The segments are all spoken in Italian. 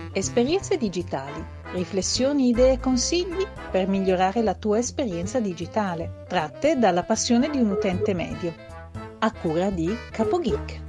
Esperienze digitali, riflessioni, idee e consigli per migliorare la tua esperienza digitale, tratte dalla passione di un utente medio, a cura di CapoGeek.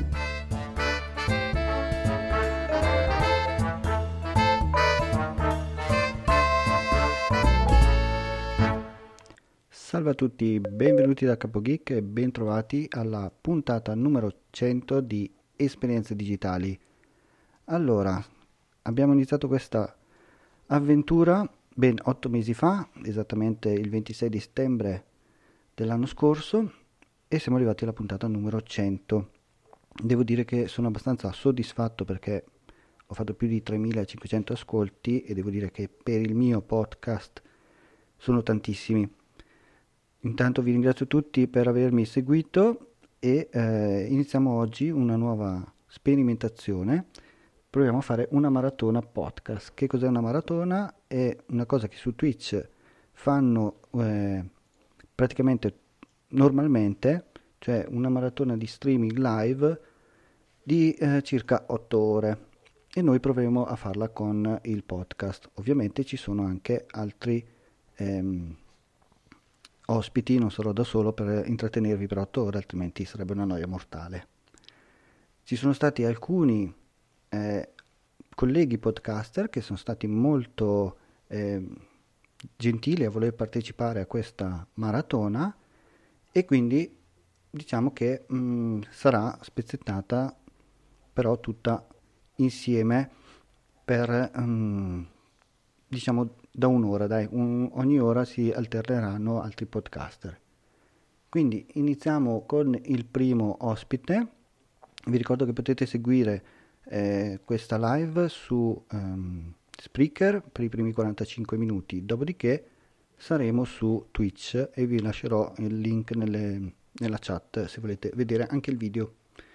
Salve a tutti, benvenuti da CapoGeek e bentrovati alla puntata numero 100 di Esperienze digitali. Allora, abbiamo iniziato questa avventura ben 8 mesi fa, esattamente il 26 di settembre dell'anno scorso, e siamo arrivati alla puntata numero 100. Devo dire che sono abbastanza soddisfatto perché ho fatto più di 3500 ascolti e devo dire che per il mio podcast sono tantissimi. Intanto vi ringrazio tutti per avermi seguito e iniziamo oggi una nuova sperimentazione. Proviamo a fare una maratona podcast. Che cos'è una maratona? È una cosa che su Twitch fanno praticamente normalmente, cioè una maratona di streaming live di circa 8 ore, e noi proveremo a farla con il podcast. Ovviamente ci sono anche altri ospiti, non sarò da solo per intrattenervi per 8 ore, altrimenti sarebbe una noia mortale. Ci sono stati alcuni colleghi podcaster che sono stati molto gentili a voler partecipare a questa maratona, e quindi diciamo che sarà spezzettata però tutta insieme per diciamo da un'ora, dai, ogni ora si alterneranno altri podcaster. Quindi iniziamo con il primo ospite. Vi ricordo che potete seguire questa live su Spreaker per i primi 45 minuti, dopodiché saremo su Twitch e vi lascerò il link nella chat se volete vedere anche il video.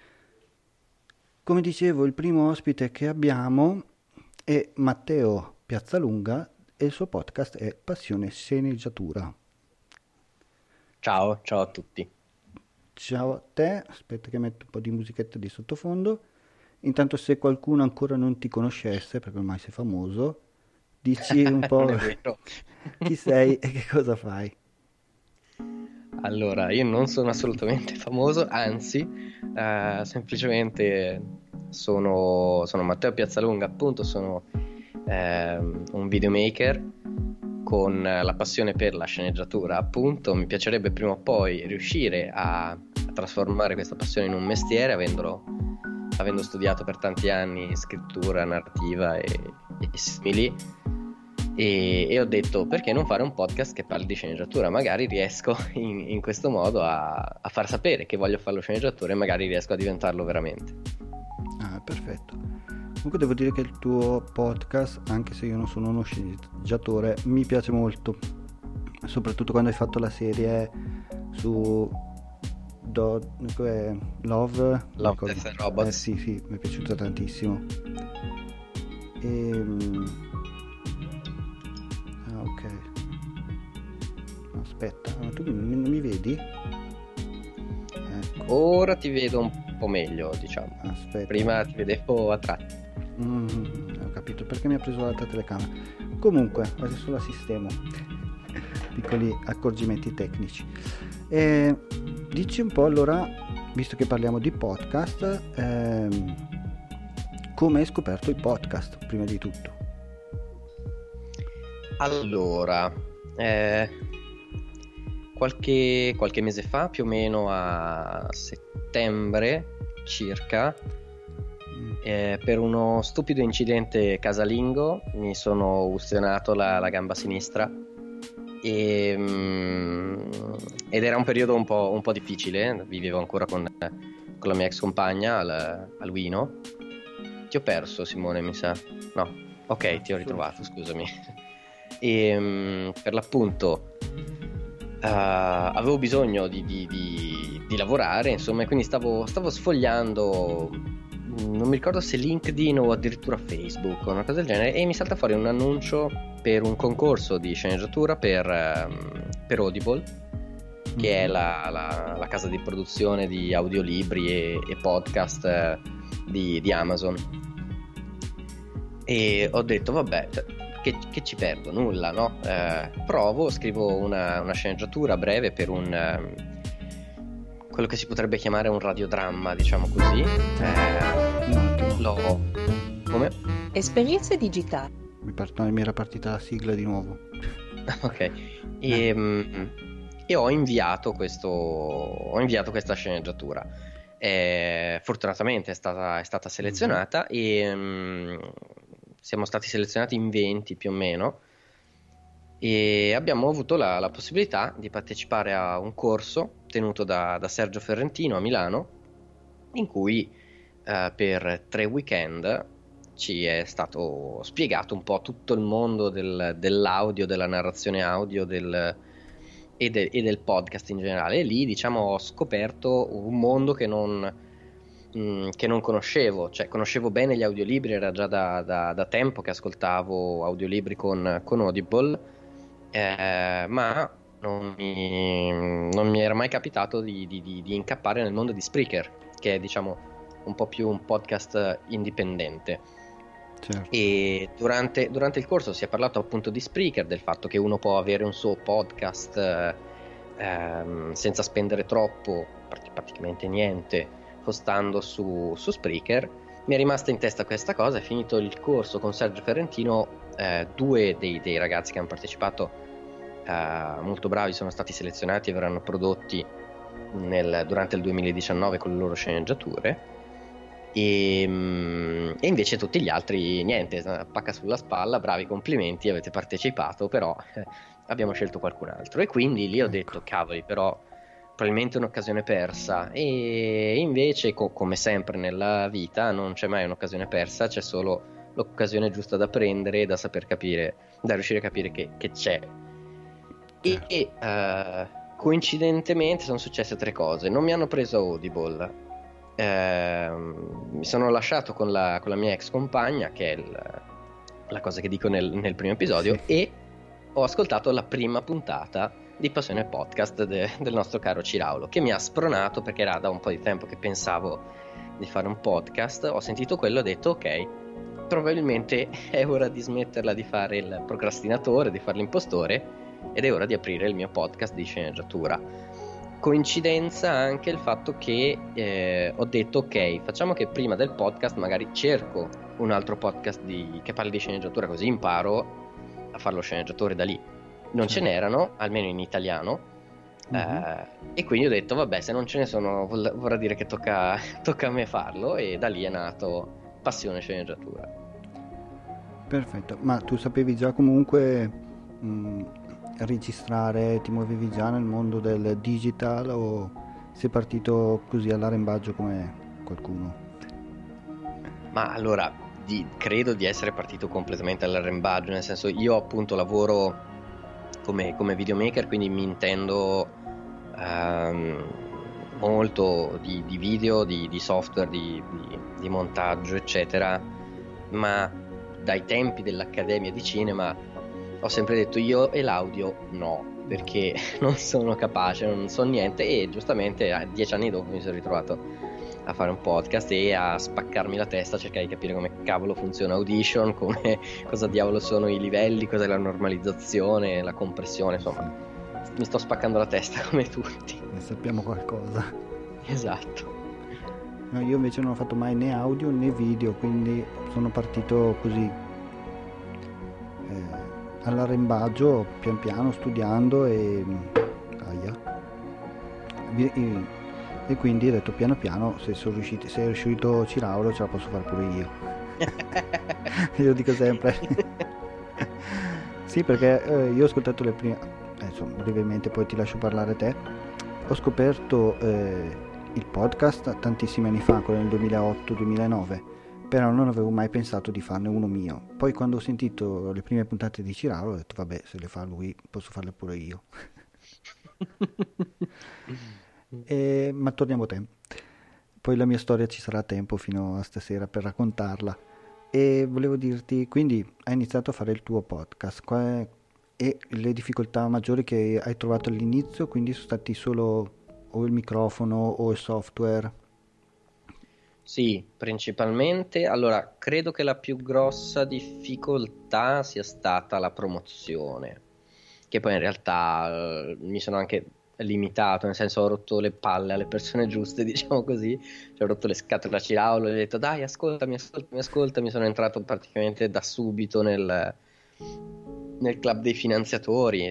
Come dicevo, il primo ospite che abbiamo è Matteo Piazzalunga e il suo podcast è Passione Sceneggiatura. Ciao a tutti. Ciao a te, aspetta che metto un po' di musichetta di sottofondo. Intanto, se qualcuno ancora non ti conoscesse, perché ormai sei famoso, dici un po' chi sei e che cosa fai. Allora, io non sono assolutamente famoso, anzi, semplicemente sono Matteo Piazzalunga, appunto, sono un videomaker con la passione per la sceneggiatura. Appunto, mi piacerebbe prima o poi riuscire a trasformare questa passione in un mestiere, avendo studiato per tanti anni scrittura narrativa e simili, e ho detto: perché non fare un podcast che parli di sceneggiatura? Magari riesco in questo modo a far sapere che voglio fare lo sceneggiatore e magari riesco a diventarlo veramente. Perfetto. Comunque devo dire che il tuo podcast, anche se io non sono uno sceneggiatore, mi piace molto, soprattutto quando hai fatto la serie su Love, Death and Robots. Sì, mi è piaciuto tantissimo. Ok. Aspetta, ma tu non mi vedi? Ecco. Ora ti vedo un po' meglio, diciamo. Aspetta. Prima ti vedevo a tratti. Ho capito perché mi ha preso l'altra telecamera. Comunque, adesso la sistemo. Piccoli accorgimenti tecnici. Dici un po' allora, visto che parliamo di podcast, come hai scoperto il podcast prima di tutto? Allora, qualche mese fa, più o meno a settembre circa, per uno stupido incidente casalingo mi sono ustionato la gamba sinistra ed era un periodo un po' difficile. Vivevo ancora con la mia ex compagna a Luino. Ti ho perso, Simone, mi sa. No, ok, ti ho ritrovato, scusami. E per l'appunto avevo bisogno di lavorare, insomma, e quindi stavo sfogliando, non mi ricordo se LinkedIn o addirittura Facebook o una cosa del genere, e mi salta fuori un annuncio per un concorso di sceneggiatura per Audible, che è la casa di produzione di audiolibri e podcast di Amazon. e ho detto vabbè, che ci perdo, nulla, no? Provo, scrivo una sceneggiatura breve per quello che si potrebbe chiamare un radiodramma, diciamo così. Come? Esperienze digitali. Mi era partita la sigla di nuovo. Ok. E ho inviato questa sceneggiatura. Fortunatamente è stata selezionata e siamo stati selezionati in 20 più o meno, e abbiamo avuto la possibilità di partecipare a un corso tenuto da Sergio Ferrentino a Milano, in cui per 3 weekend ci è stato spiegato un po' tutto il mondo dell'audio, della narrazione audio e del podcast in generale. E lì, diciamo, ho scoperto un mondo che non conoscevo. Cioè, conoscevo bene gli audiolibri, era già da tempo che ascoltavo audiolibri con Audible, ma non mi era mai capitato di incappare nel mondo di Spreaker, che è, diciamo, un po' più un podcast indipendente. Certo. E durante il corso si è parlato appunto di Spreaker, del fatto che uno può avere un suo podcast senza spendere troppo, praticamente niente, postando su Spreaker. Mi è rimasta in testa questa cosa. È finito il corso con Sergio Ferrentino, 2 dei ragazzi che hanno partecipato, molto bravi, sono stati selezionati e verranno prodotti durante il 2019 con le loro sceneggiature. E invece tutti gli altri niente, pacca sulla spalla, bravi, complimenti, avete partecipato, però abbiamo scelto qualcun altro. E quindi lì ho detto cavoli, però probabilmente è un'occasione persa. E invece come sempre nella vita non c'è mai un'occasione persa, c'è solo l'occasione giusta da prendere e da saper capire, da riuscire a capire che c'è. E coincidentemente sono successe 3 cose. Non mi hanno preso Audible, mi sono lasciato con la mia ex compagna, che è la cosa che dico nel primo episodio, sì. E ho ascoltato la prima puntata di Passione Podcast del nostro caro Ciraulo, che mi ha spronato, perché era da un po' di tempo che pensavo di fare un podcast. Ho sentito quello e ho detto ok, probabilmente è ora di smetterla di fare il procrastinatore, di fare l'impostore, ed è ora di aprire il mio podcast di sceneggiatura. Coincidenza anche il fatto che ho detto ok, facciamo che prima del podcast magari cerco un altro podcast che parli di sceneggiatura, così imparo a fare lo sceneggiatore da lì. Non ce n'erano, almeno in italiano, e quindi ho detto vabbè, se non ce ne sono vorrà dire che tocca a me farlo, e da lì è nato Passione Sceneggiatura. Perfetto, ma tu sapevi già comunque registrare, ti muovevi già nel mondo del digital, o sei partito così all'arrembaggio come qualcuno? Ma allora, credo di essere partito completamente all'arrembaggio, nel senso, io appunto lavoro come videomaker, quindi mi intendo molto di video, di software, di montaggio, eccetera, ma dai tempi dell'Accademia di Cinema ho sempre detto io e l'audio no, perché non sono capace, non so niente, e giustamente 10 anni dopo mi sono ritrovato a fare un podcast e a spaccarmi la testa, a cercare di capire come cavolo funziona Audition, cosa diavolo sono i livelli, cos'è la normalizzazione, la compressione, insomma mi sto spaccando la testa come tutti. Ne sappiamo qualcosa. Esatto. No, io invece non ho fatto mai né audio né video, quindi sono partito così all'arrembaggio, pian piano, studiando e quindi ho detto piano piano, se è riuscito Ciraulo ce la posso fare pure io. Io dico sempre sì, perché io ho ascoltato le prime, insomma, brevemente, poi ti lascio parlare te. Ho scoperto il podcast tantissimi anni fa, quello nel 2008-2009, però non avevo mai pensato di farne uno mio. Poi quando ho sentito le prime puntate di Ciraulo ho detto vabbè, se le fa lui posso farle pure io. Ma torniamo a te. Poi la mia storia ci sarà tempo fino a stasera per raccontarla. E volevo dirti, quindi hai iniziato a fare il tuo podcast, e le difficoltà maggiori che hai trovato all'inizio, quindi sono stati solo o il microfono o il software? Sì, principalmente. Allora, credo che la più grossa difficoltà sia stata la promozione, che poi in realtà mi sono anche limitato, nel senso ho rotto le palle alle persone giuste, diciamo così, cioè ho rotto le scatole a Ciraulo, gli ho detto dai ascoltami, mi sono entrato praticamente da subito nel club dei finanziatori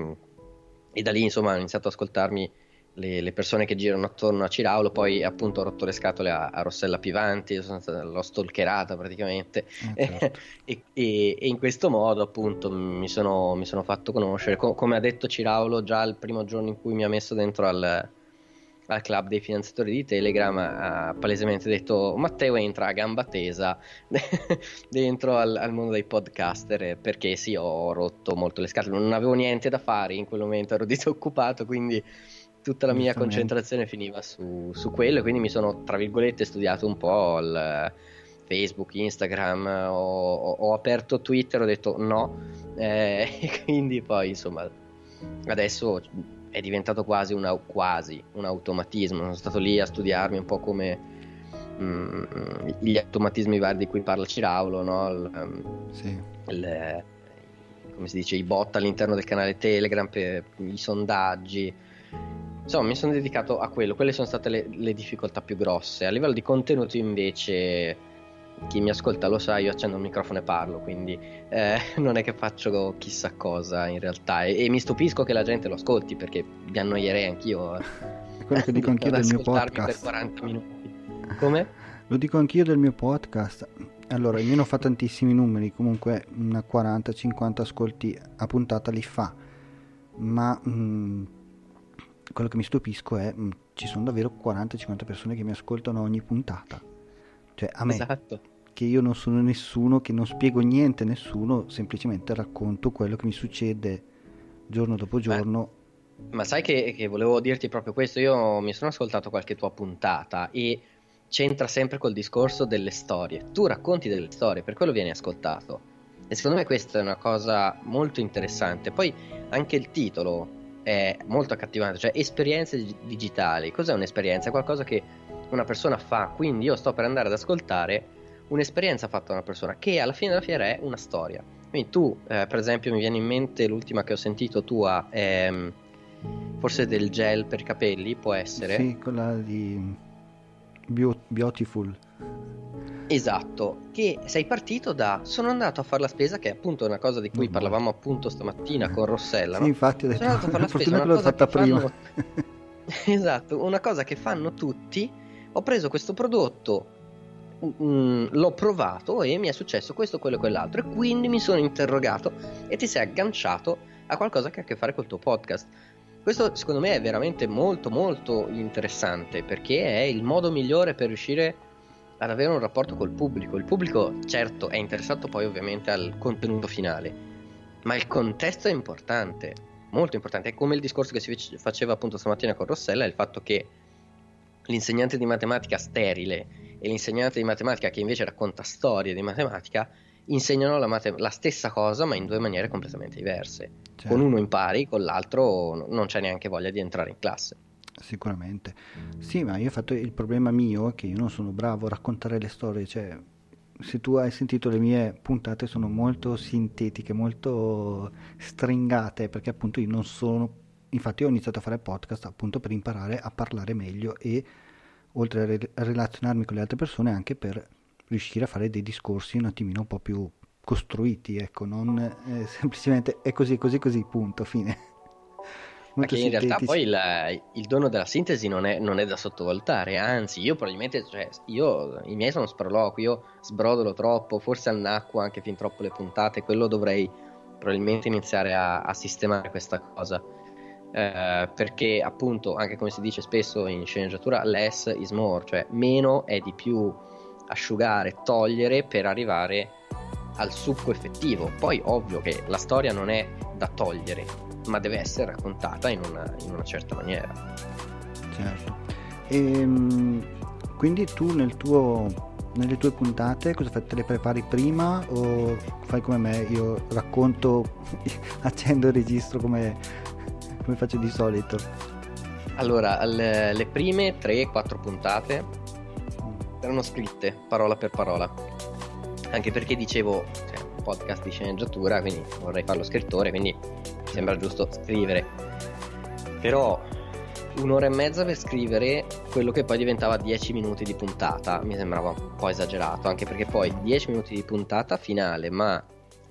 e da lì insomma ho iniziato ad ascoltarmi le persone che girano attorno a Ciraulo. Poi appunto ho rotto le scatole a Rossella Pivanti, l'ho stalkerata praticamente Certo. e in questo modo appunto mi sono fatto conoscere. Come ha detto Ciraulo già il primo giorno in cui mi ha messo dentro al club dei finanziatori di Telegram, ha palesemente detto: Matteo entra a gamba tesa dentro al mondo dei podcaster, perché sì, ho rotto molto le scatole, non avevo niente da fare in quel momento, ero disoccupato, quindi tutta la mia Giustamente. concentrazione finiva su quello, e quindi mi sono tra virgolette studiato un po' il Facebook, Instagram, ho aperto Twitter, ho detto no, e quindi poi insomma adesso è diventato quasi un automatismo. Sono stato lì a studiarmi un po' come gli automatismi vari di cui parla Ciraulo, no? Sì. Come si dice, i bot all'interno del canale Telegram per i sondaggi. Insomma, mi sono dedicato a quello. Quelle sono state le difficoltà più grosse. A livello di contenuti invece, chi mi ascolta lo sa, io accendo il microfono e parlo, quindi non è che faccio chissà cosa in realtà, e mi stupisco che la gente lo ascolti, perché mi annoierei anch'io È quello che dico anch'io ad del mio ascoltarmi per podcast. 40 minuti. Come? Lo dico anch'io del mio podcast. Allora, io non fa tantissimi numeri, comunque una 40-50 ascolti a puntata li fa, ma quello che mi stupisco è ci sono davvero 40-50 persone che mi ascoltano ogni puntata. Cioè a me, Esatto. che io non sono nessuno, che non spiego niente a nessuno, semplicemente racconto quello che mi succede giorno dopo giorno. Ma sai che volevo dirti proprio questo? Io mi sono ascoltato qualche tua puntata e c'entra sempre col discorso delle storie. Tu racconti delle storie, per quello vieni ascoltato. E secondo me questa è una cosa molto interessante. Poi anche il titolo è molto accattivante, cioè esperienze digitali. Cos'è un'esperienza? È qualcosa che una persona fa, quindi io sto per andare ad ascoltare un'esperienza fatta da una persona, che alla fine della fiera è una storia. Quindi tu, per esempio, mi viene in mente l'ultima che ho sentito tua, forse del gel per i capelli, può essere? Sì, quella di Beautiful. Esatto, che sei partito da sono andato a fare la spesa, che è appunto una cosa di cui Normale. parlavamo appunto stamattina con Rossella, Sì, no? infatti ho detto, Sono andato a fare la spesa, fortuna una che l'ho cosa fatta che prima. fanno esatto, una cosa che fanno tutti. Ho preso questo prodotto, l'ho provato e mi è successo questo, quello e quell'altro, e quindi mi sono interrogato, e ti sei agganciato a qualcosa che ha a che fare col tuo podcast. Questo secondo me è veramente molto molto interessante, perché è il modo migliore per riuscire ad avere un rapporto col pubblico. Il pubblico certo è interessato poi ovviamente al contenuto finale, ma il contesto è importante, molto importante. È come il discorso che si faceva appunto stamattina con Rossella, il fatto che l'insegnante di matematica sterile e l'insegnante di matematica che invece racconta storie di matematica insegnano la stessa cosa, ma in due maniere completamente diverse. Certo. Con uno impari, con l'altro non c'è neanche voglia di entrare in classe. Sicuramente. Sì, ma io ho fatto il problema mio è che io non sono bravo a raccontare le storie, cioè se tu hai sentito le mie puntate sono molto sintetiche, molto stringate, perché appunto io non sono, infatti ho iniziato a fare podcast appunto per imparare a parlare meglio e oltre a relazionarmi con le altre persone anche per riuscire a fare dei discorsi un attimino un po' più costruiti, ecco, non semplicemente è così, così, così, punto, fine. Ma Molto che in realtà sintetici. poi il dono della sintesi non è da sottovalutare, anzi io probabilmente, cioè i miei sono sproloqui, io sbrodolo troppo, forse annacquo anche fin troppo le puntate, quello dovrei probabilmente iniziare a sistemare questa cosa, perché appunto, anche come si dice spesso in sceneggiatura, less is more, cioè meno è di più, asciugare, togliere per arrivare al succo effettivo. Poi ovvio che la storia non è da togliere, ma deve essere raccontata in una certa maniera. Certo. Quindi tu nelle tue puntate cosa fai? Te le prepari prima o fai come me? Io racconto, accendo il registro come faccio di solito. Allora, le prime 3-4 puntate erano scritte parola per parola, anche perché dicevo, cioè, un podcast di sceneggiatura, quindi vorrei farlo scrittore, quindi mi sembra giusto scrivere. Però 1 ora e mezza per scrivere quello che poi diventava 10 minuti di puntata mi sembrava un po' esagerato, anche perché poi 10 minuti di puntata finale, ma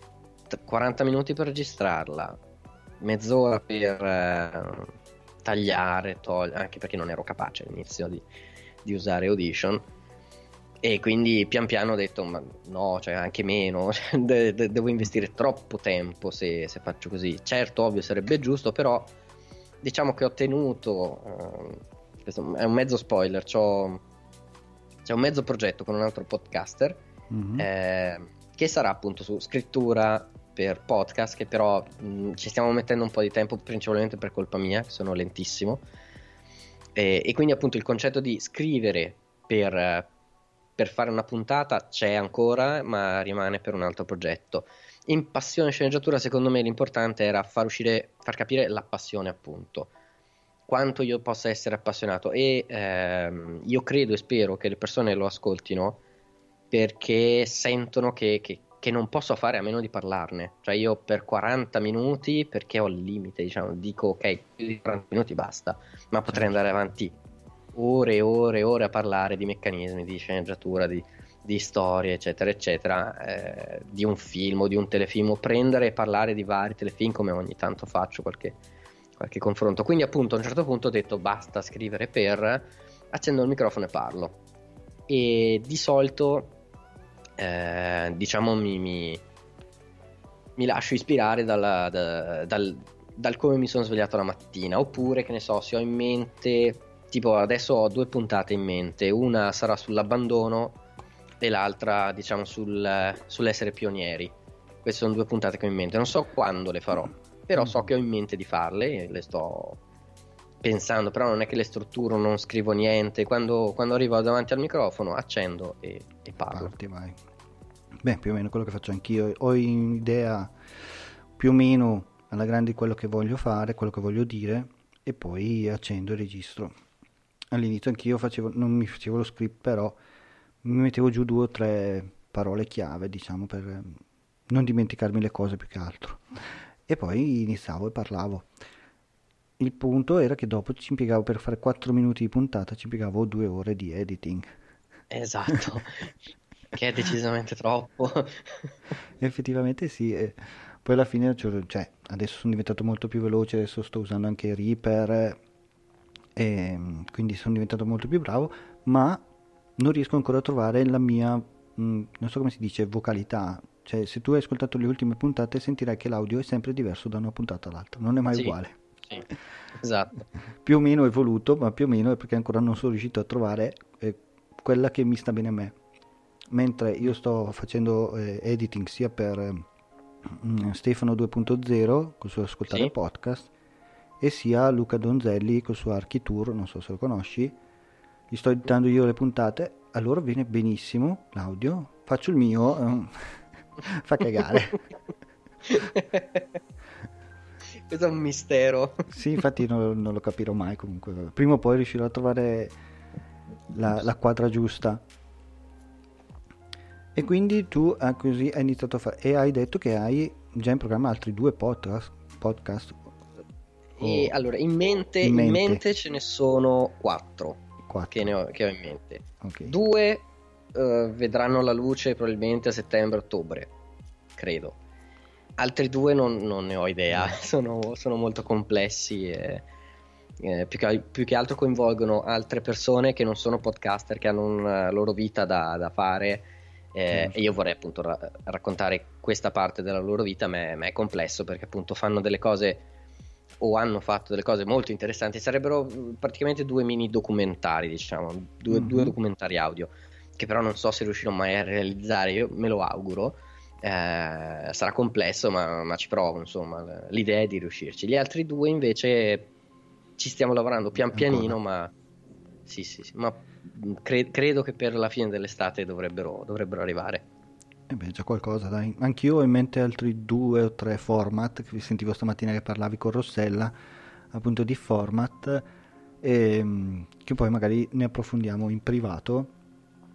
40 minuti per registrarla, mezz'ora per tagliare, togliere, anche perché non ero capace all'inizio di usare Audition, e quindi pian piano ho detto ma no, cioè anche meno, devo investire troppo tempo se faccio così. Certo, ovvio, sarebbe giusto, però diciamo che ho tenuto, questo è un mezzo spoiler, c'è un mezzo progetto con un altro podcaster, che sarà appunto su scrittura per podcast, che però ci stiamo mettendo un po' di tempo, principalmente per colpa mia, che sono lentissimo, e quindi appunto il concetto di scrivere per fare una puntata c'è ancora, ma rimane per un altro progetto. In passione sceneggiatura, secondo me l'importante era far capire la passione, appunto, quanto io possa essere appassionato, e io credo e spero che le persone lo ascoltino perché sentono che non posso fare a meno di parlarne. Cioè io per 40 minuti, perché ho il limite, diciamo, dico ok, più di 40 minuti basta, ma potrei andare avanti ore e ore e ore a parlare di meccanismi, di sceneggiatura, di storie, eccetera eccetera, di un film o di un telefilm, o prendere e parlare di vari telefilm, come ogni tanto faccio qualche confronto. Quindi appunto a un certo punto ho detto basta scrivere, accendo il microfono e parlo, e di solito diciamo mi lascio ispirare dal come mi sono svegliato la mattina, oppure che ne so, se ho in mente, tipo adesso ho 2 puntate in mente, una sarà sull'abbandono e l'altra diciamo sull'essere pionieri. Queste sono 2 puntate che ho in mente, non so quando le farò, però so che ho in mente di farle e le sto pensando, però non è che le strutturo, non scrivo niente, quando arrivo davanti al microfono accendo e parlo. Parti, vai. Beh, più o meno quello che faccio anch'io, ho in idea più o meno alla grande quello che voglio fare, quello che voglio dire, e poi accendo e registro. All'inizio anch'io non mi facevo lo script, però mi mettevo giù 2 o 3 parole chiave, diciamo, per non dimenticarmi le cose più che altro, e poi iniziavo e parlavo. Il punto era che dopo ci impiegavo, per fare 4 minuti di puntata ci impiegavo 2 ore di editing. Esatto. Che è decisamente troppo. Effettivamente sì, e poi alla fine, cioè, adesso sono diventato molto più veloce, adesso sto usando anche Reaper, e quindi sono diventato molto più bravo, ma non riesco ancora a trovare la mia, non so come si dice, vocalità. Cioè, se tu hai ascoltato le ultime puntate sentirai che l'audio è sempre diverso da una puntata all'altra, non è mai uguale. Sì, esatto. Più o meno è voluto, ma più o meno è perché ancora non sono riuscito a trovare quella che mi sta bene a me. Mentre io sto facendo editing sia per Stefano 2.0 col suo ascoltare podcast, e sia Luca Donzelli col suo Architour, non so se lo conosci. Gli sto editando io le puntate, allora viene benissimo l'audio, faccio il mio, fa cagare. Questo è un mistero. Sì, infatti non lo capirò mai, comunque prima o poi riuscirò a trovare la quadra giusta. E quindi tu così hai iniziato a fare, e hai detto che hai già in programma altri 2 podcast. E allora in mente ce ne sono 4 che ho in mente. Okay. 2 vedranno la luce probabilmente a settembre-ottobre, credo. Altri 2 non ne ho idea, sono molto complessi e più che altro coinvolgono altre persone che non sono podcaster, che hanno una loro vita da fare, e io vorrei appunto raccontare questa parte della loro vita, ma è complesso perché appunto fanno delle cose, o hanno fatto delle cose molto interessanti. Sarebbero praticamente 2 mini documentari, diciamo, due documentari audio, che però non so se riuscirò mai a realizzare. Io me lo auguro, sarà complesso, ma ci provo, insomma. L'idea è di riuscirci. Gli altri 2 invece ci stiamo lavorando pian pianino, ma sì, ma credo che per la fine dell'estate dovrebbero arrivare. Beh, già qualcosa, dai. Anch'io ho in mente altri 2 o 3 format, che sentivo stamattina che parlavi con Rossella, appunto, di format, che poi magari ne approfondiamo in privato,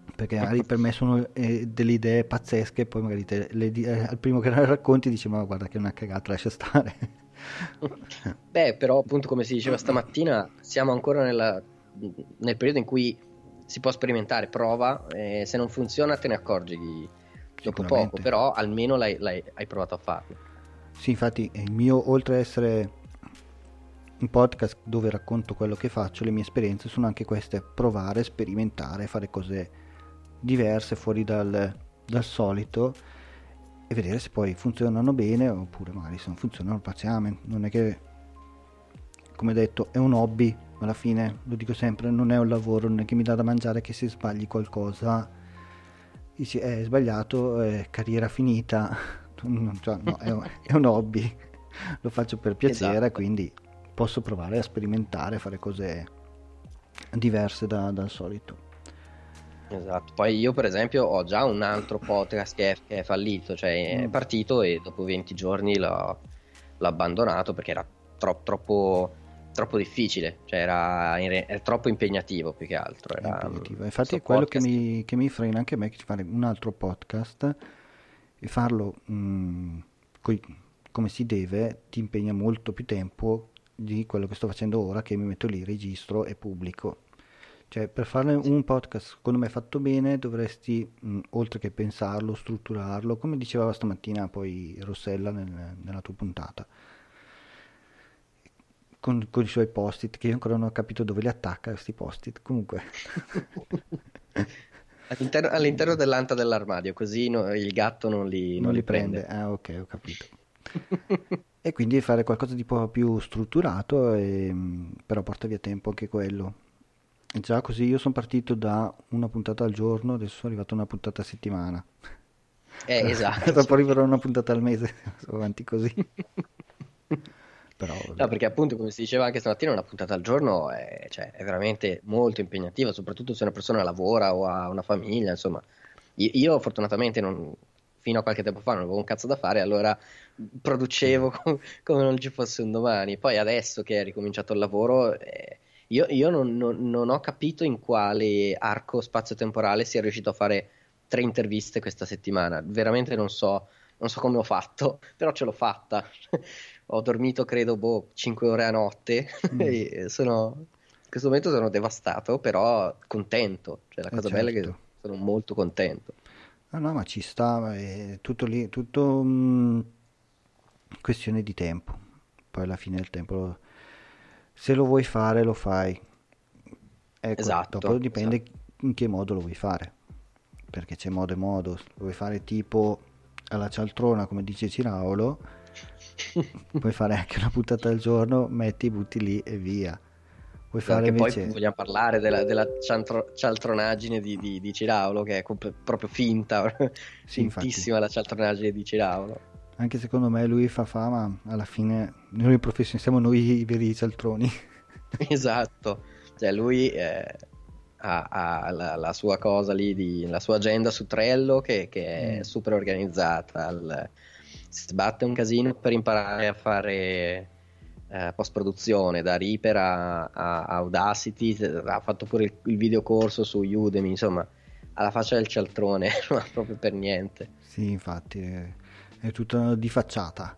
perché magari per me sono delle idee pazzesche, poi magari al primo che le racconti dici ma guarda che è una cagata, lascia stare. Beh, però appunto come si diceva stamattina, siamo ancora nel periodo in cui si può sperimentare, prova, se non funziona te ne accorgi dopo poco, però almeno hai provato a farlo. Sì, infatti il mio, oltre ad essere un podcast dove racconto quello che faccio, le mie esperienze sono anche queste: provare, sperimentare, fare cose diverse fuori dal solito e vedere se poi funzionano bene, oppure magari se non funzionano paziamo. Non è che, come detto, è un hobby, alla fine lo dico sempre, non è un lavoro, non è che mi dà da mangiare, che se sbagli qualcosa dici è sbagliato, è carriera finita. Cioè, no, è un hobby, lo faccio per piacere, esatto. Quindi posso provare a sperimentare, fare cose diverse dal solito. Esatto, poi io per esempio ho già un altro podcast che è fallito, cioè è partito e dopo 20 giorni l'ho abbandonato perché era troppo difficile, cioè era troppo impegnativo più che altro. Infatti è quello che mi frena anche a me, che fare un altro podcast e farlo come si deve ti impegna molto più tempo di quello che sto facendo ora, che mi metto lì, registro e pubblico. Cioè, per fare un podcast secondo me fatto bene dovresti, oltre che pensarlo, strutturarlo, come diceva stamattina poi Rossella nella tua puntata, con i suoi post-it, che io ancora non ho capito dove li attacca questi post-it, comunque. All'interno dell'anta dell'armadio, così il gatto non li prende. Ah, ok, ho capito. E quindi fare qualcosa di un po' più strutturato, però porta via tempo anche quello. E già così io sono partito da una puntata al giorno, adesso sono arrivato a una puntata a settimana. Esatto. Dopo arriverò a una puntata al mese, sono avanti così. Però, no, perché appunto come si diceva anche stamattina, una puntata al giorno è veramente molto impegnativa, soprattutto se una persona lavora o ha una famiglia, insomma. Io fortunatamente fino a qualche tempo fa non avevo un cazzo da fare, allora producevo come non ci fosse un domani. Poi adesso che è ricominciato il lavoro, io non ho capito in quale arco spazio-temporale sia riuscito a fare 3 interviste questa settimana. Veramente non so come ho fatto, però ce l'ho fatta. Ho dormito credo 5 ore a notte e in questo momento sono devastato, però contento. Cioè la cosa bella è che sono molto contento. No, ma ci sta, è tutto lì, tutto questione di tempo. Poi alla fine del tempo, se lo vuoi fare, lo fai. Ecco, esatto. Dopo dipende in che modo lo vuoi fare, perché c'è modo e modo. Lo vuoi fare tipo alla cialtrona, come dice Ciraulo, puoi fare anche una puntata al giorno, butti lì e via. Puoi fare invece... Poi vogliamo parlare della cialtronaggine di Ciraulo, che è proprio finta, fintissima la cialtronaggine di Ciraulo. Anche secondo me lui fa fama, alla fine noi professionisti siamo noi i veri cialtroni. Esatto, cioè lui ha la sua cosa lì, la sua agenda su Trello che è super organizzata, si sbatte un casino per imparare a fare post-produzione, da Reaper a Audacity, ha fatto pure il videocorso su Udemy, insomma, alla faccia del cialtrone, ma proprio per niente. Sì, infatti, è tutto di facciata.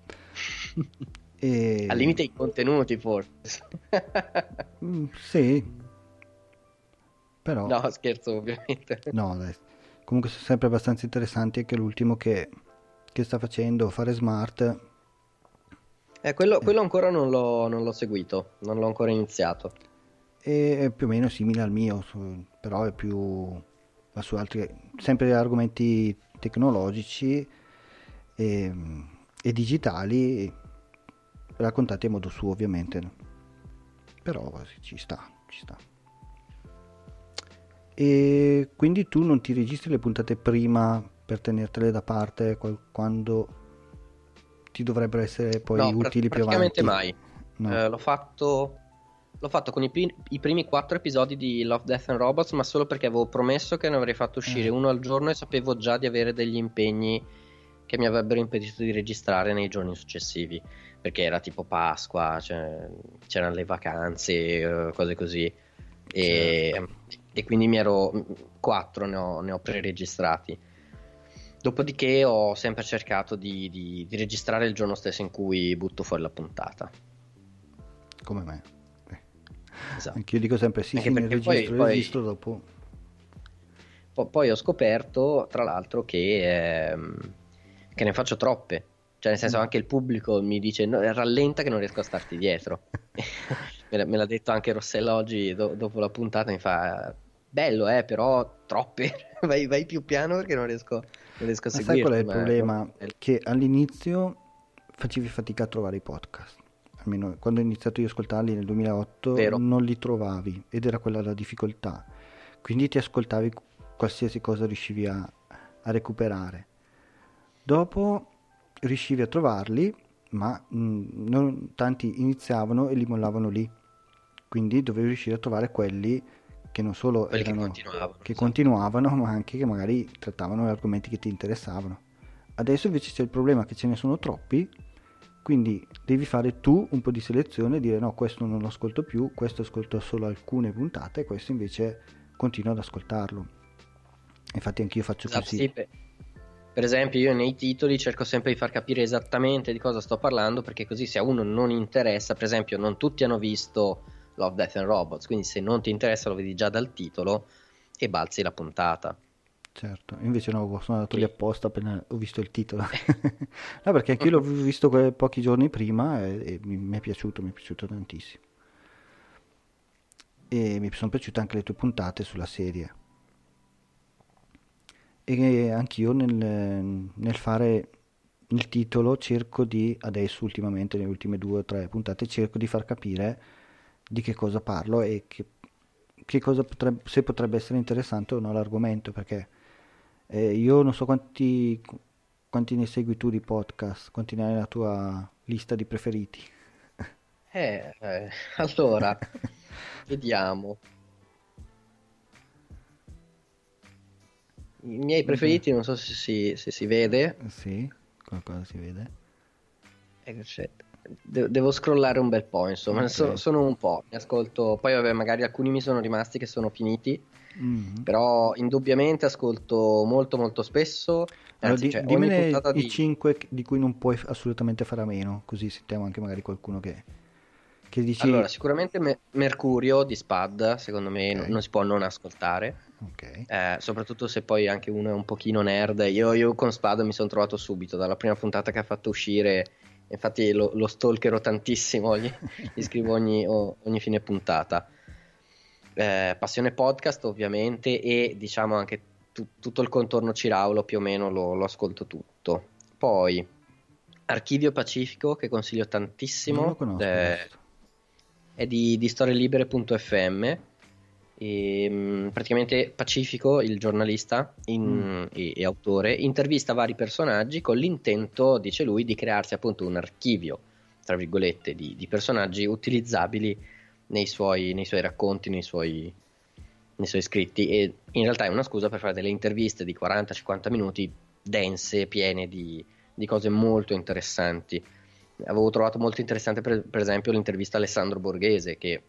Al limite i contenuti, forse. Sì. Però... No, scherzo, ovviamente. No, dai. Comunque sono sempre abbastanza interessanti, anche l'ultimo che sta facendo, Fare Smart. Quello ancora non l'ho seguito, non l'ho ancora iniziato. È più o meno simile al mio, però è più su altri, sempre argomenti tecnologici e digitali, raccontati a modo suo ovviamente, però ci sta. E quindi tu non ti registri le puntate prima per tenertele da parte quando ti dovrebbero essere poi utili più avanti? Praticamente mai. No. L'ho fatto con i primi 4 episodi di Love, Death and Robots, ma solo perché avevo promesso che ne avrei fatto uscire uno al giorno e sapevo già di avere degli impegni che mi avrebbero impedito di registrare nei giorni successivi, perché era tipo Pasqua, c'erano le vacanze, cose così, e e quindi 4 ne ho preregistrati. Dopodiché ho sempre cercato di registrare il giorno stesso in cui butto fuori la puntata. Come me. Esatto. Anch'io dico sempre sì, Anche sì, perché registro dopo. Poi ho scoperto, tra l'altro, che ne faccio troppe. Cioè, nel senso, anche il pubblico mi dice no, rallenta che non riesco a starti dietro. Me l'ha detto anche Rossella oggi dopo la puntata, mi fa bello, però troppe. vai più piano perché non riesco a seguirti. Sai qual è il problema? Che all'inizio facevi fatica a trovare i podcast. Almeno quando ho iniziato io a ascoltarli nel 2008 Vero. Non li trovavi, ed era quella la difficoltà. Quindi ti ascoltavi qualsiasi cosa riuscivi a recuperare. Dopo riuscivi a trovarli, ma non tanti iniziavano e li mollavano lì. Quindi dovevi riuscire a trovare quelli che non solo quelli che continuavano, ma anche che magari trattavano gli argomenti che ti interessavano. Adesso invece c'è il problema che ce ne sono troppi, quindi devi fare tu un po' di selezione e dire no, questo non lo ascolto più, questo ascolto solo alcune puntate, questo invece continuo ad ascoltarlo. Infatti anch'io faccio così. Sì, per esempio io nei titoli cerco sempre di far capire esattamente di cosa sto parlando, perché così se a uno non interessa, per esempio non tutti hanno visto Love, Death and Robots, quindi se non ti interessa lo vedi già dal titolo e balzi la puntata. Certo, invece no, sono andato lì apposta appena ho visto il titolo. No, perché anche io l'ho visto pochi giorni prima e mi è piaciuto tantissimo. E mi sono piaciute anche le tue puntate sulla serie. E anch'io nel fare il titolo cerco adesso ultimamente, nelle ultime 2 o 3 puntate, cerco di far capire di che cosa parlo e che cosa se potrebbe essere interessante o no l'argomento, perché io non so quanti ne segui tu di podcast, quanti ne hai nella tua lista di preferiti. Allora, vediamo. I miei preferiti, non so se si vede. Sì, qualcosa si vede. Devo scrollare un bel po', insomma, Okay. sono un po', mi ascolto, poi vabbè, magari alcuni mi sono rimasti che sono finiti, però indubbiamente ascolto molto molto spesso, Allora, anzi, ogni dimmene puntata i 5 di cui non puoi assolutamente fare a meno, così sentiamo anche magari qualcuno che dici... Allora, sicuramente Mercurio di Spad, secondo me Ok. non si può non ascoltare, Ok. soprattutto se poi anche uno è un pochino nerd. Io con Spad mi sono trovato subito, dalla prima puntata che ha fatto uscire, infatti lo stalkerò tantissimo, gli scrivo ogni fine puntata. Passione Podcast ovviamente, e diciamo anche tutto il contorno Ciraulo più o meno lo ascolto tutto. Poi Archivio Pacifico, che consiglio tantissimo, Non lo conosco questo. è di storielibere.fm, e praticamente Pacifico, il giornalista e autore, intervista vari personaggi con l'intento, dice lui, di crearsi appunto un archivio, tra virgolette, di personaggi utilizzabili nei suoi racconti, nei suoi scritti, e in realtà è una scusa per fare delle interviste di 40-50 minuti dense, piene di cose molto interessanti. Avevo trovato molto interessante per esempio l'intervista a Alessandro Borghese, che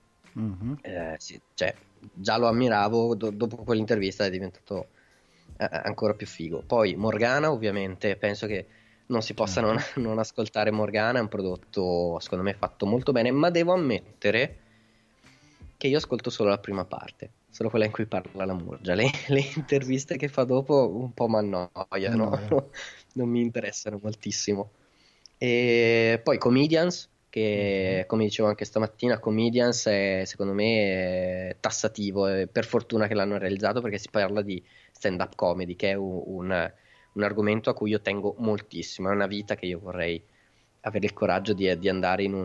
cioè, già lo ammiravo, dopo quell'intervista è diventato ancora più figo. Poi Morgana, ovviamente, penso che non si possa non ascoltare Morgana, è un prodotto secondo me fatto molto bene, ma devo ammettere che io ascolto solo la prima parte, solo quella in cui parla la Murgia. Le interviste che fa dopo un po' mi annoiano, non mi interessano moltissimo. E poi Comedians, che come dicevo anche stamattina, Comedians è, secondo me, è tassativo, e per fortuna che l'hanno realizzato, perché si parla di stand-up comedy, che è un argomento a cui io tengo moltissimo. È una vita che io vorrei avere il coraggio di andare in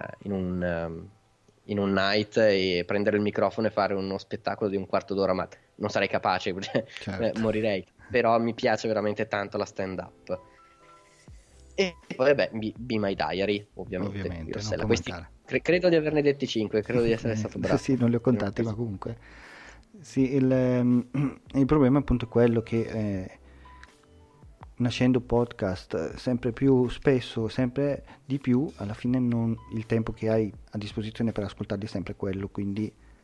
un night e prendere il microfono e fare uno spettacolo di un quarto d'ora, ma non sarei capace, morirei. Però mi piace veramente tanto la stand-up. E poi vabbè, Be My Diary, ovviamente Rossella. Questi, credo di averne detti 5, credo di essere stato bravo. Sì, non li ho contati, ma comunque sì, il problema è appunto quello che nascendo podcast sempre più spesso, sempre di più, alla fine il tempo che hai a disposizione per ascoltarli è sempre quello, quindi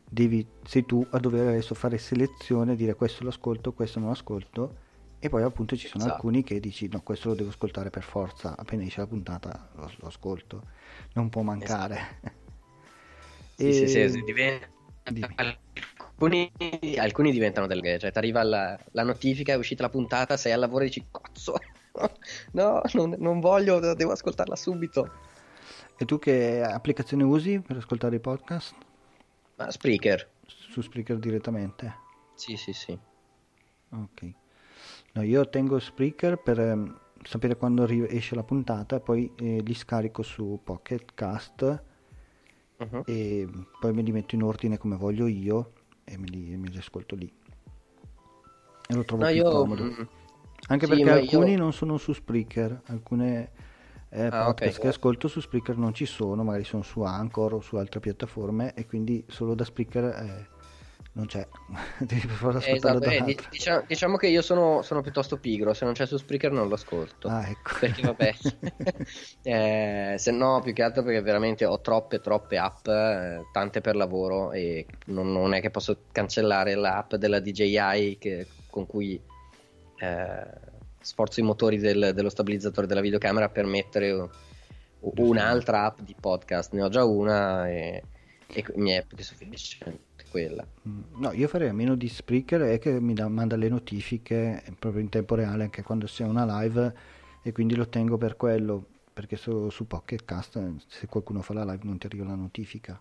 sei tu a dover adesso fare selezione, dire questo lo ascolto, questo non lo ascolto, e poi appunto ci sono Esatto. alcuni che dici no, questo lo devo ascoltare per forza, appena esce la puntata lo ascolto, non può mancare. Sì, diventa... Dimmi. Alcuni diventano delle... cioè ti arriva la notifica, è uscita la puntata, sei al lavoro e dici cazzo, no, non voglio, devo ascoltarla subito. E tu che applicazione usi per ascoltare i podcast? Ma Spreaker. Su Spreaker direttamente? Sì. Ok. No, io tengo Spreaker per sapere quando esce la puntata, poi li scarico su Pocket Cast e poi me li metto in ordine come voglio io e me li ascolto lì. E lo trovo più comodo. Anche perché alcuni non sono su Spreaker, alcune podcast che ascolto su Spreaker non ci sono, magari sono su Anchor o su altre piattaforme e quindi solo da Spreaker non c'è. Devi per forza ascoltarlo da altro. Diciamo che io sono piuttosto pigro, se non c'è su Spreaker non lo ascolto. Ah, ecco. Perché vabbè, se no più che altro perché veramente ho troppe app, tante per lavoro e non è che posso cancellare l'app della DJI con cui sforzo i motori dello stabilizzatore della videocamera per mettere un'altra app di podcast. Ne ho già una e mi è più che sufficiente quella. No, io farei a meno di Spreaker e che mi manda le notifiche proprio in tempo reale anche quando c'è una live e quindi lo tengo per quello, perché su Pocket Cast se qualcuno fa la live non ti arriva la notifica.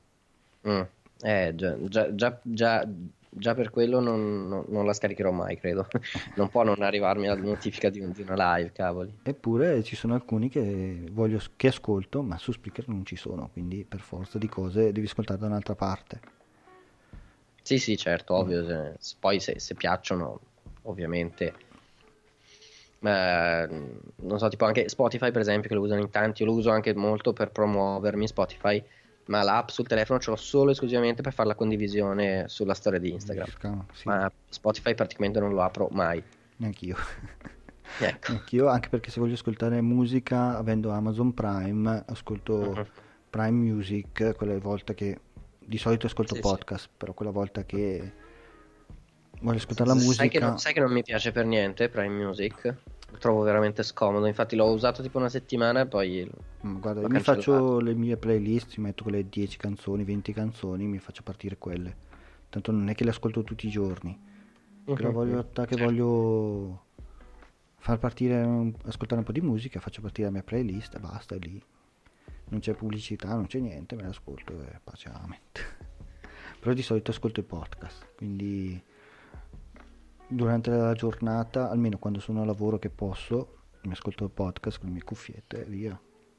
Già per quello non la scaricherò mai, credo. Non può non arrivarmi la notifica di una live, cavoli. Eppure ci sono alcuni che ascolto, ma su Spreaker non ci sono, quindi per forza di cose devi ascoltare da un'altra parte. Sì, certo, ovvio. Poi se piacciono, ovviamente. Non so, tipo anche Spotify, per esempio, che lo usano in tanti. Io lo uso anche molto per promuovermi Spotify, ma l'app sul telefono ce l'ho solo e esclusivamente per fare la condivisione sulla storia di Instagram. Sì. Ma Spotify praticamente non lo apro mai. Neanch'io. Ecco. Neanch'io, anche perché se voglio ascoltare musica, avendo Amazon Prime, ascolto Prime Music, quelle volte che di solito ascolto podcast, però quella volta che voglio ascoltare la musica... Sai che non mi piace per niente Prime Music? Lo trovo veramente scomodo, infatti l'ho usato tipo una settimana e poi guarda, io mi faccio le mie playlist, mi metto quelle 10 canzoni, 20 canzoni, mi faccio partire quelle, tanto non è che le ascolto tutti i giorni, voglio far partire, ascoltare un po' di musica, faccio partire la mia playlist e basta, è lì non c'è pubblicità, non c'è niente, me l'ascolto e paciamente. Però di solito ascolto i podcast, quindi durante la giornata, almeno quando sono a lavoro che posso, mi ascolto il podcast con le mie cuffiette e via.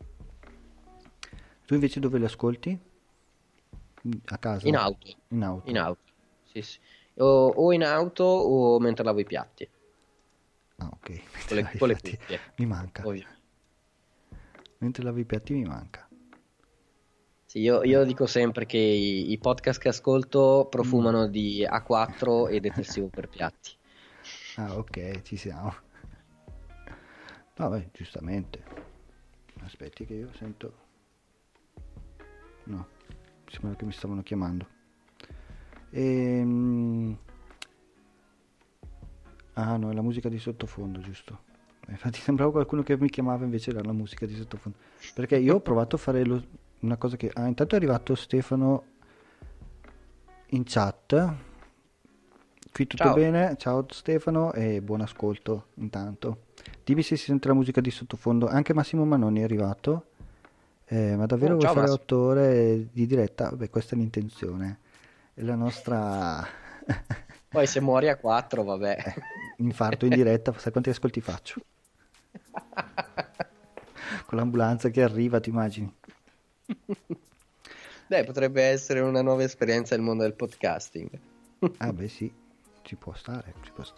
Tu invece dove li ascolti? A casa? In auto. Sì. O in auto o mentre lavo i piatti. Ah, ok. Con le cuffie. Mi manca. Ovvio. Mentre lavi i piatti mi manca. Sì, io dico sempre che i podcast che ascolto profumano di A4 e detersivo per piatti. Ah, ok, ci siamo. Vabbè, giustamente. Aspetti che io sento... No, sembra che mi stavano chiamando. Ah no, è la musica di sottofondo, giusto. Infatti sembrava qualcuno che mi chiamava, invece era la musica di sottofondo. Perché io ho provato a fare una cosa che... intanto è arrivato Stefano in chat. Qui tutto bene? Ciao Stefano e buon ascolto intanto. Dimmi se si sente la musica di sottofondo. Anche Massimo Manoni è arrivato. Ma davvero vuoi fare 8 ore di diretta? Vabbè, questa è l'intenzione. È la nostra... Poi se muori a 4, vabbè. Infarto in diretta, sai quanti ascolti faccio? Con l'ambulanza che arriva, ti immagini? Dai, potrebbe essere una nuova esperienza nel mondo del podcasting. Ah beh sì, ci può stare.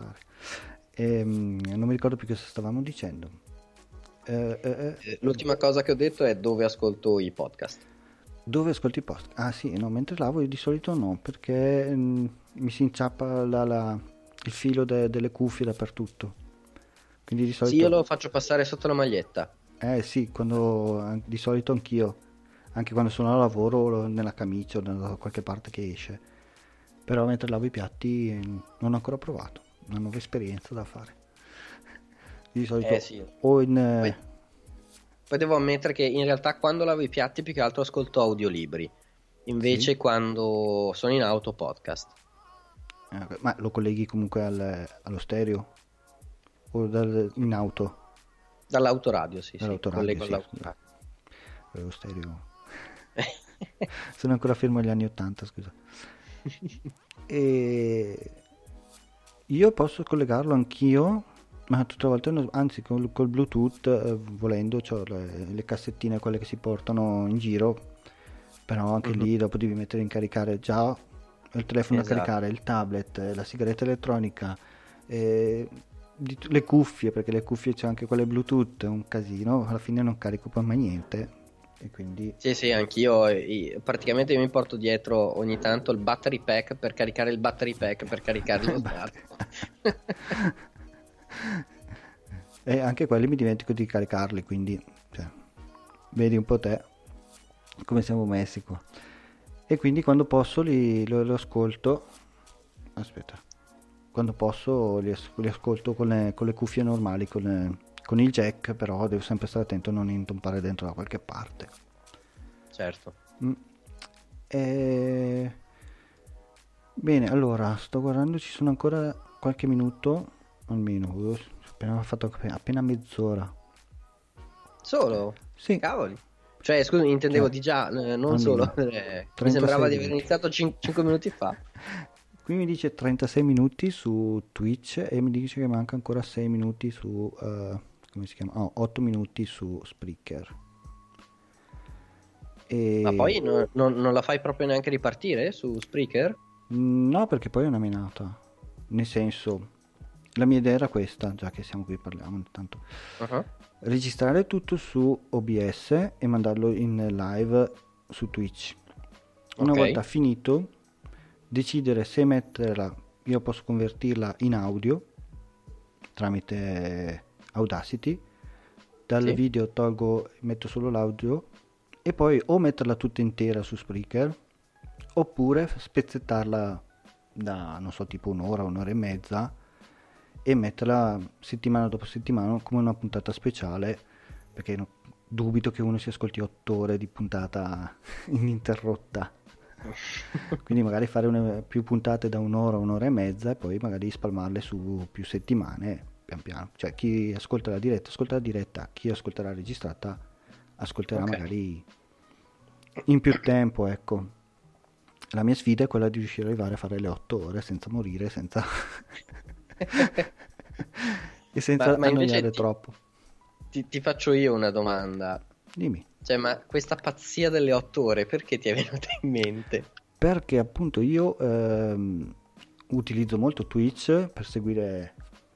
Non mi ricordo più cosa stavamo dicendo. L'ultima cosa che ho detto è dove ascolto i podcast. Dove ascolti i podcast? Ah sì, no, mentre lavo io di solito no, perché mi si inciappa il filo delle cuffie dappertutto. Quindi di solito... Sì, io lo faccio passare sotto la maglietta. Sì, di solito anch'io, anche quando sono a lavoro o nella camicia o da qualche parte che esce. Però mentre lavo i piatti non ho ancora provato, una nuova esperienza da fare. Di solito Sì. o in... Poi devo ammettere che in realtà quando lavo i piatti più che altro ascolto audiolibri, invece Sì? quando sono in auto podcast. Ma lo colleghi comunque allo stereo? O in auto? Dall'autoradio, sì, Dall'autoradio, collego sì. all'autoradio. Lo stereo. Sono ancora fermo agli anni 80, scusa. E io posso collegarlo anch'io, ma tutte le volte, anzi col Bluetooth, volendo, c'ho le cassettine, quelle che si portano in giro, però anche lì dopo devi mettere in caricare già il telefono Esatto. a caricare, il tablet, la sigaretta elettronica, le cuffie, perché le cuffie c'è anche quelle Bluetooth, è un casino, alla fine non carico poi mai niente. E quindi Sì, anch'io praticamente mi porto dietro ogni tanto il battery pack per caricare il battery pack per caricare lo smartphone. E anche quelli mi dimentico di caricarli, quindi vedi un po' te come siamo messi qua. E quindi quando posso lo ascolto. Aspetta, quando posso li ascolto con le cuffie normali, con il jack, però devo sempre stare attento a non intompare dentro da qualche parte. Certo. Bene, allora sto guardando, ci sono ancora qualche minuto almeno, appena mezz'ora. Solo? Sì. Cavoli. Cioè, scusa, intendevo di già, non solo. Mi sembrava di aver iniziato 5 minuti fa. Qui mi dice 36 minuti su Twitch e mi dice che manca ancora 6 minuti su... come si chiama? 8 minuti su Spreaker. Ma poi non la fai proprio neanche ripartire su Spreaker? No, perché poi è una menata. Nel senso, la mia idea era questa, già che siamo qui parliamo intanto. Registrare tutto su OBS e mandarlo in live su Twitch. Una volta finito, decidere se metterla, io posso convertirla in audio tramite Audacity, dal video metto solo l'audio e poi o metterla tutta intera su Spreaker oppure spezzettarla da, non so, tipo un'ora e mezza e metterla settimana dopo settimana come una puntata speciale, perché dubito che uno si ascolti 8 ore di puntata ininterrotta. Quindi magari fare più puntate da un'ora e mezza e poi magari spalmarle su più settimane pian piano. Cioè chi ascolta la diretta, chi ascolterà la registrata ascolterà magari in più tempo, ecco. La mia sfida è quella di riuscire ad arrivare a fare le 8 ore senza morire, senza e senza annoiare troppo. Ti faccio io una domanda. Dimmi. Cioè, ma questa pazzia delle 8 ore perché ti è venuta in mente? Perché appunto io utilizzo molto Twitch per seguire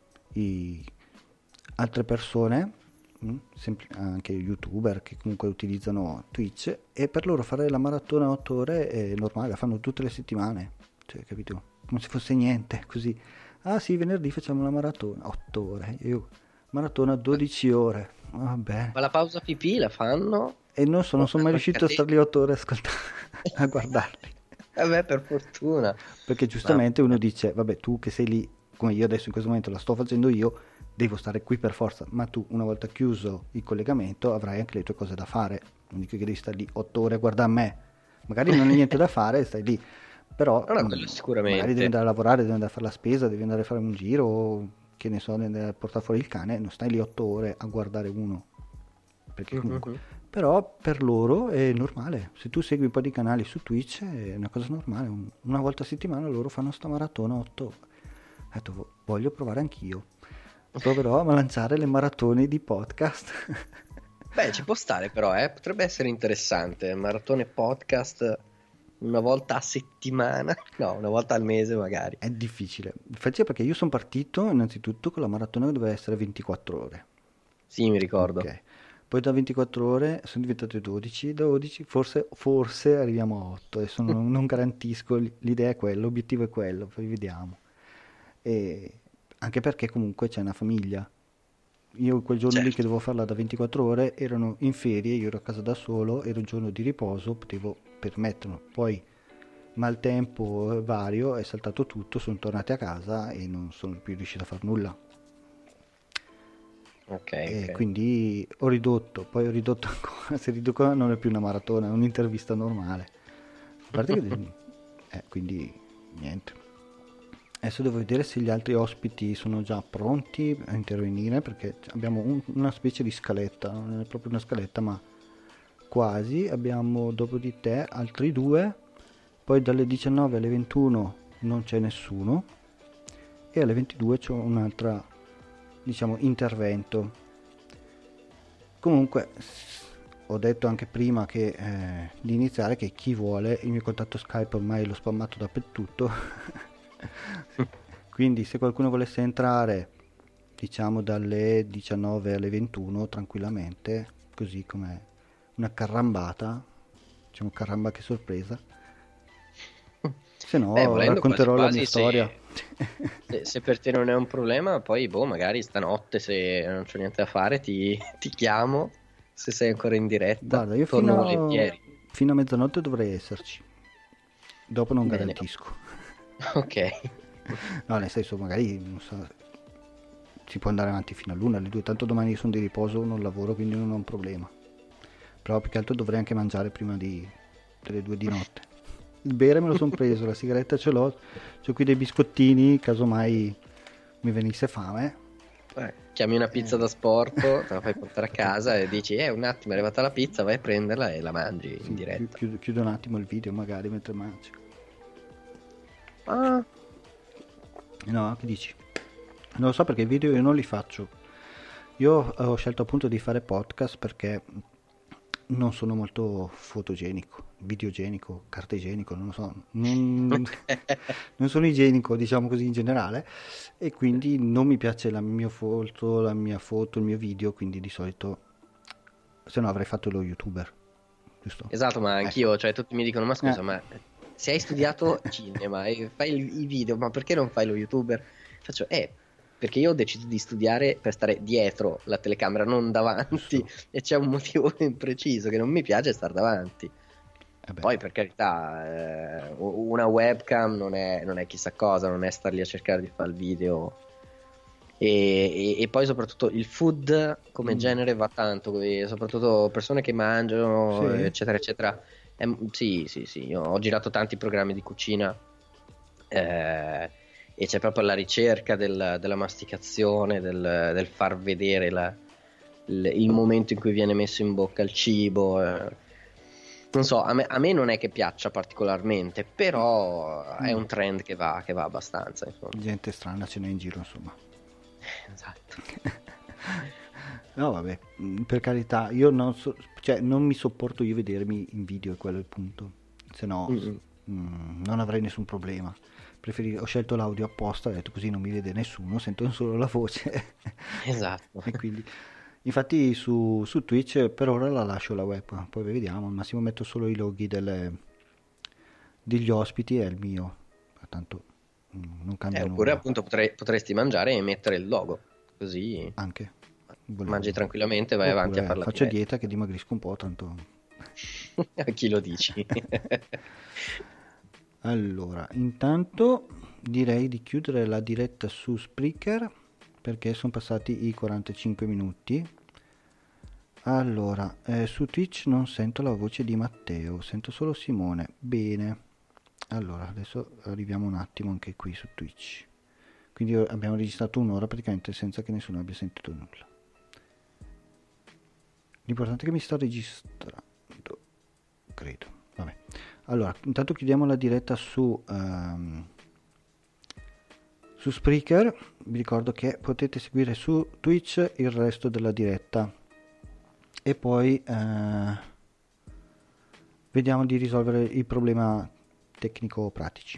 altre persone, anche youtuber che comunque utilizzano Twitch, e per loro fare la maratona 8 ore è normale, la fanno tutte le settimane, cioè, capito? Come se fosse niente, così. Ah sì, venerdì facciamo la maratona 8 ore, io maratona 12 ore, vabbè. Ma la pausa pipì la fanno? E non sono mai riuscito a stare lì 8 ore a guardarli. Vabbè, per fortuna. Perché giustamente uno dice, vabbè, tu che sei lì, come io adesso in questo momento la sto facendo io, devo stare qui per forza, ma tu una volta chiuso il collegamento avrai anche le tue cose da fare, non dico che devi stare lì 8 ore a guardare me, magari non hai niente da fare, stai lì, però sicuramente. Magari devi andare a lavorare, devi andare a fare la spesa, devi andare a fare un giro, che ne so, devi andare a portare fuori il cane, non stai lì 8 ore a guardare uno, perché comunque... Però per loro è normale, se tu segui un po' di canali su Twitch è una cosa normale, una volta a settimana loro fanno sta maratona 8 ore. Ho detto, voglio provare anch'io, proverò a lanciare le maratone di podcast. Beh, ci può stare però, potrebbe essere interessante, maratone podcast una volta a settimana, no, una volta al mese magari. È difficile, infatti perché io sono partito innanzitutto con la maratona che doveva essere 24 ore. Sì, mi ricordo. Ok. Poi da 24 ore sono diventate 12, da 12 forse arriviamo a 8, adesso non garantisco, l'idea è quella, l'obiettivo è quello, poi vediamo. E anche perché comunque c'è una famiglia. Io quel giorno lì che dovevo farla da 24 ore erano in ferie, io ero a casa da solo, era un giorno di riposo, potevo permetterlo. Poi maltempo vario è saltato tutto, sono tornati a casa e non sono più riuscito a far nulla. Ok. Quindi ho ridotto ancora, se riduco non è più una maratona, è un'intervista normale. A parte che quindi niente. Adesso devo vedere se gli altri ospiti sono già pronti a intervenire, perché abbiamo una specie di scaletta, non è proprio una scaletta ma quasi. Abbiamo dopo di te altri due, poi dalle 19 alle 21 non c'è nessuno e alle 22 c'è un'altra, diciamo, intervento. Comunque ho detto anche prima che di iniziare che chi vuole, il mio contatto Skype ormai l'ho spammato dappertutto. Quindi se qualcuno volesse entrare, diciamo dalle 19 alle 21 tranquillamente, così come una carrambata, diciamo caramba che sorpresa, se no racconterò quasi la mia storia. Se per te non è un problema, poi magari stanotte, se non c'ho niente da fare, ti chiamo se sei ancora in diretta. Guarda, io fino a mezzanotte dovrei esserci, dopo non garantisco. Ok. No, nel senso, magari non so, si può andare avanti fino all'una, alle 2, tanto domani sono di riposo, non lavoro, quindi non ho un problema. Però più che altro dovrei anche mangiare prima delle 2 di notte. Il bere me lo sono preso, la sigaretta ce l'ho, c'ho qui dei biscottini, casomai mi venisse fame. Chiami una pizza da sporto, te la fai portare a casa e dici un attimo è arrivata la pizza, vai a prenderla e la mangi in diretta. Chiudo un attimo il video magari mentre mangio. No, che dici? Non lo so, perché i video io non li faccio. Io ho scelto appunto di fare podcast perché non sono molto fotogenico, videogenico, cartegenico, non lo so, non sono igienico, diciamo così, in generale, e quindi non mi piace la mia foto, il mio video, quindi di solito, se no avrei fatto lo youtuber, giusto? Esatto, ma anch'io, cioè tutti mi dicono, ma scusa, ma se hai studiato cinema e fai i video, ma perché non fai lo youtuber? Faccio, perché io ho deciso di studiare per stare dietro la telecamera, non davanti, e c'è un motivo ben preciso, che non mi piace stare davanti. Poi per carità, una webcam non è chissà cosa, non è star lì a cercare di fare il video. E poi soprattutto il food come genere va tanto, soprattutto persone che mangiano, eccetera eccetera. Sì, io ho girato tanti programmi di cucina, e c'è proprio la ricerca della masticazione, del far vedere il momento in cui viene messo in bocca il cibo. Non so, a me non è che piaccia particolarmente, però è un trend che va abbastanza, insomma. Gente strana ce n'è in giro, insomma. Esatto. No, vabbè, per carità, io non mi sopporto io vedermi in video, è quello il punto. Se no non avrei nessun problema. Ho scelto l'audio apposta, ho detto così non mi vede nessuno, sento solo la voce. Esatto. E quindi, infatti su Twitch per ora la lascio la webcam, poi vediamo, al massimo metto solo i loghi degli ospiti e il mio, tanto non cambia nulla. Oppure appunto potresti mangiare e mettere il logo, così anche mangi tranquillamente, vai avanti a farla. Faccio dieta che dimagrisco un po', tanto. A chi lo dici? Allora, intanto direi di chiudere la diretta su Spreaker perché sono passati i 45 minuti. Allora, su Twitch non sento la voce di Matteo, sento solo Simone. Bene. Allora, adesso arriviamo un attimo anche qui su Twitch. Quindi abbiamo registrato un'ora praticamente senza che nessuno abbia sentito nulla. L'importante è che mi sto registrando, credo. Vabbè. Allora, intanto chiudiamo la diretta su Spreaker. Vi ricordo che potete seguire su Twitch il resto della diretta e poi vediamo di risolvere il problema tecnico-pratici.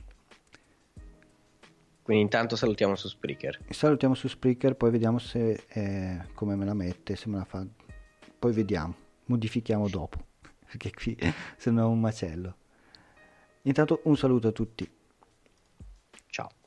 Quindi intanto salutiamo su Spreaker, poi vediamo se come me la mette, se me la fa, poi vediamo, modifichiamo dopo perché qui sembra un macello. Intanto un saluto a tutti. Ciao.